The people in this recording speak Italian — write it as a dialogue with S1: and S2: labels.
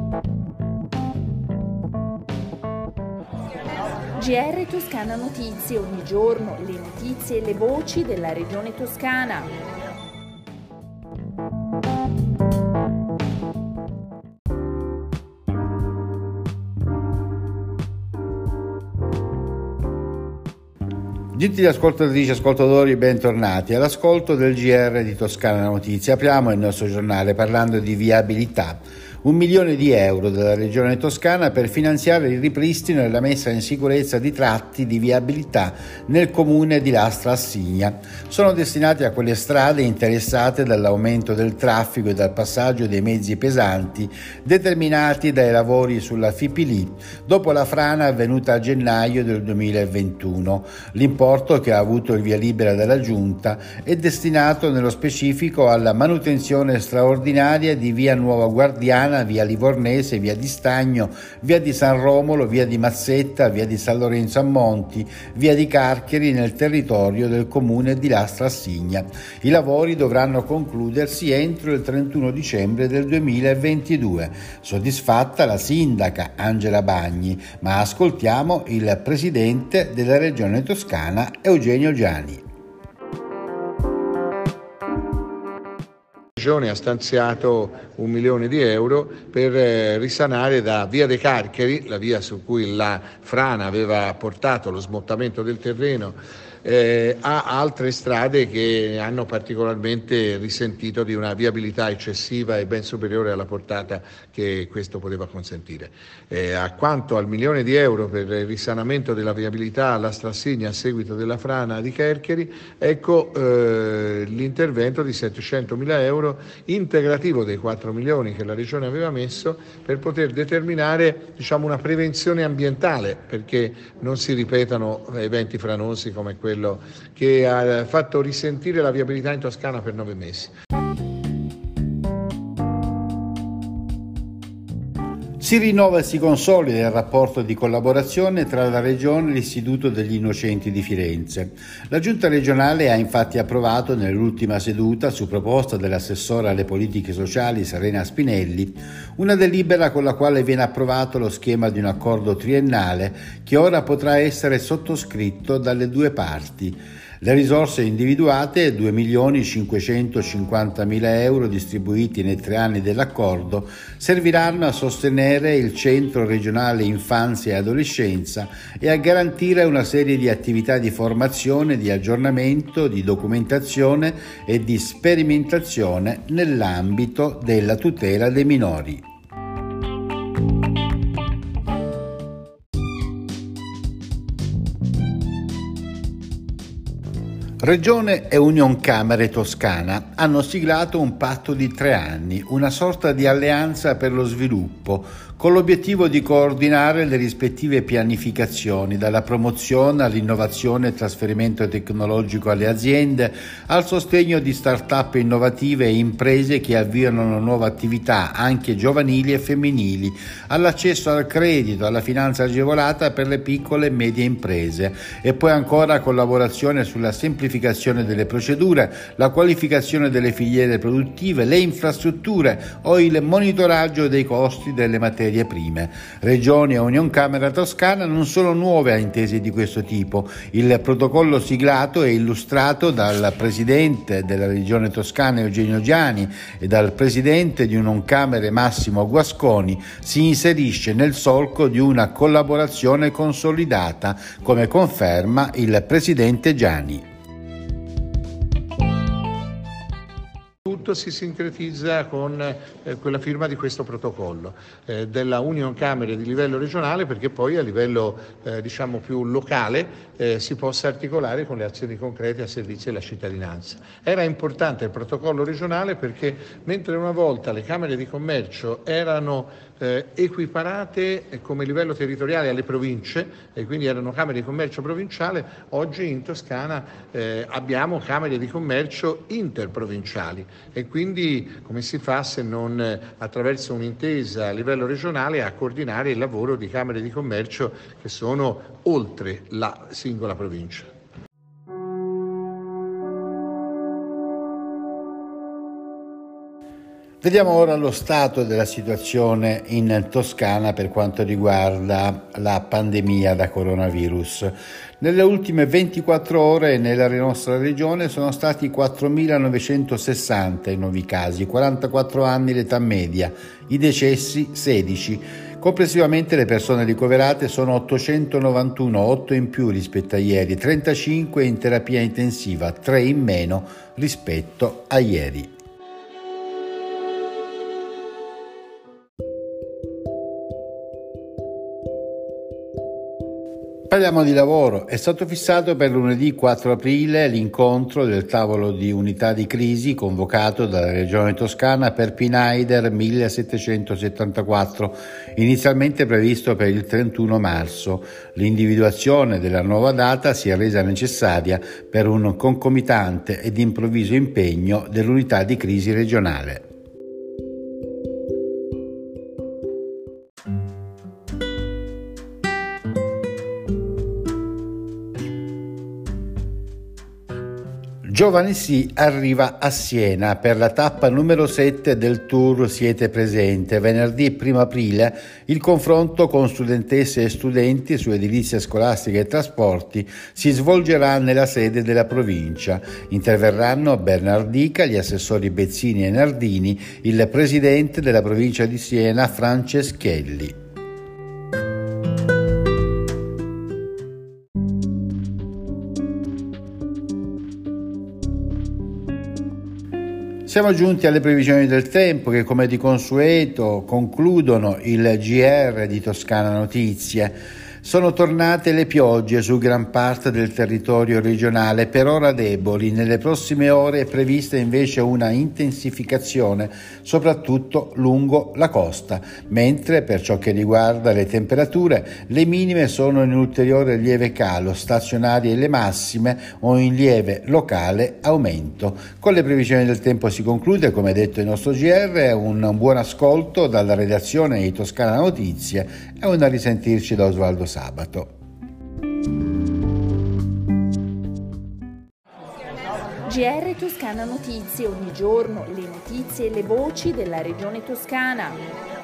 S1: GR Toscana Notizie, ogni giorno le notizie e le voci della regione toscana.
S2: Gentili ascoltatrici e ascoltatori, bentornati all'ascolto del GR di Toscana Notizie. Apriamo il nostro giornale parlando di viabilità. 1 milione di euro della Regione Toscana per finanziare il ripristino e la messa in sicurezza di tratti di viabilità nel comune di Lastra Assigna. Sono destinati a quelle strade interessate dall'aumento del traffico e dal passaggio dei mezzi pesanti determinati dai lavori sulla FIPLI dopo la frana avvenuta a gennaio del 2021. L'importo, che ha avuto il via libera dalla Giunta, è destinato nello specifico alla manutenzione straordinaria di via Nuova Guardiana, via Livornese, via di Stagno, via di San Romolo, via di Mazzetta, via di San Lorenzo a Monti, via di Carchieri nel territorio del comune di Lastra Assigna. I lavori dovranno concludersi entro il 31 dicembre del 2022. Soddisfatta la sindaca Angela Bagni, ma ascoltiamo il presidente della Regione Toscana, Eugenio Giani.
S3: La Regione ha stanziato 1 milione di euro per risanare da via dei Carcheri, la via su cui la frana aveva portato lo smottamento del terreno, a altre strade che hanno particolarmente risentito di una viabilità eccessiva e ben superiore alla portata che questo poteva consentire. A quanto al 1 milione di euro per il risanamento della viabilità alla Strassigna a seguito della frana di Carcheri, ecco l'intervento di 700.000 euro integrativo dei 4 milioni che la Regione aveva messo per poter determinare, una prevenzione ambientale, perché non si ripetano eventi franosi come quello che ha fatto risentire la viabilità in Toscana per 9 mesi.
S2: Si rinnova e si consolida il rapporto di collaborazione tra la Regione e l'Istituto degli Innocenti di Firenze. La Giunta regionale ha infatti approvato nell'ultima seduta, su proposta dell'assessora alle politiche sociali Serena Spinelli, una delibera con la quale viene approvato lo schema di un accordo triennale che ora potrà essere sottoscritto dalle due parti. Le risorse individuate, 2.550.000 euro distribuiti nei 3 anni dell'accordo, serviranno a sostenere il Centro regionale Infanzia e Adolescenza e a garantire una serie di attività di formazione, di aggiornamento, di documentazione e di sperimentazione nell'ambito della tutela dei minori. Regione e Unioncamere Toscana hanno siglato un patto di 3 anni, una sorta di alleanza per lo sviluppo, con l'obiettivo di coordinare le rispettive pianificazioni, dalla promozione all'innovazione e trasferimento tecnologico alle aziende, al sostegno di start-up innovative e imprese che avviano una nuova attività, anche giovanili e femminili, all'accesso al credito, alla finanza agevolata per le piccole e medie imprese, e poi ancora collaborazione sulla semplificazione delle procedure, la qualificazione delle filiere produttive, le infrastrutture o il monitoraggio dei costi delle materie prime. Regione e Unioncamere Toscana non sono nuove a intese di questo tipo. Il protocollo siglato e illustrato dal presidente della Regione Toscana Eugenio Giani e dal presidente di Unioncamere Massimo Guasconi si inserisce nel solco di una collaborazione consolidata, come conferma il presidente Giani.
S3: Tutto si sincretizza con quella firma di questo protocollo della Unioncamere di livello regionale, perché poi a livello più locale si possa articolare con le azioni concrete a servizio della cittadinanza. Era importante il protocollo regionale perché mentre una volta le camere di commercio erano equiparate come livello territoriale alle province e quindi erano camere di commercio provinciale, oggi in Toscana abbiamo camere di commercio interprovinciali e quindi come si fa se non attraverso un'intesa a livello regionale a coordinare il lavoro di camere di commercio che sono oltre la singola provincia.
S2: Vediamo ora lo stato della situazione in Toscana per quanto riguarda la pandemia da coronavirus. Nelle ultime 24 ore nella nostra regione sono stati 4.960 i nuovi casi, 44 anni l'età media, i decessi 16. Complessivamente le persone ricoverate sono 891, 8 in più rispetto a ieri, 35 in terapia intensiva, 3 in meno rispetto a ieri. Parliamo di lavoro. È stato fissato per lunedì 4 aprile l'incontro del tavolo di unità di crisi convocato dalla Regione Toscana per Pinaider 1774, inizialmente previsto per il 31 marzo. L'individuazione della nuova data si è resa necessaria per un concomitante ed improvviso impegno dell'unità di crisi regionale. Giovani Sì arriva a Siena per la tappa numero 7 del tour Siete Presente. Venerdì 1 aprile il confronto con studentesse e studenti su edilizia scolastica e trasporti si svolgerà nella sede della provincia. Interverranno Bernardica, gli assessori Bezzini e Nardini, il presidente della provincia di Siena Franceschelli. Siamo giunti alle previsioni del tempo che, come di consueto, concludono il GR di Toscana Notizie. Sono tornate le piogge su gran parte del territorio regionale, per ora deboli. Nelle prossime ore è prevista invece una intensificazione, soprattutto lungo la costa, mentre per ciò che riguarda le temperature, le minime sono in ulteriore lieve calo, stazionarie le massime o in lieve locale aumento. Con le previsioni del tempo si conclude, come detto il nostro GR, un buon ascolto dalla redazione di Toscana Notizie e un risentirci da Osvaldo Sabato.
S1: GR Toscana Notizie, ogni giorno le notizie e le voci della regione toscana.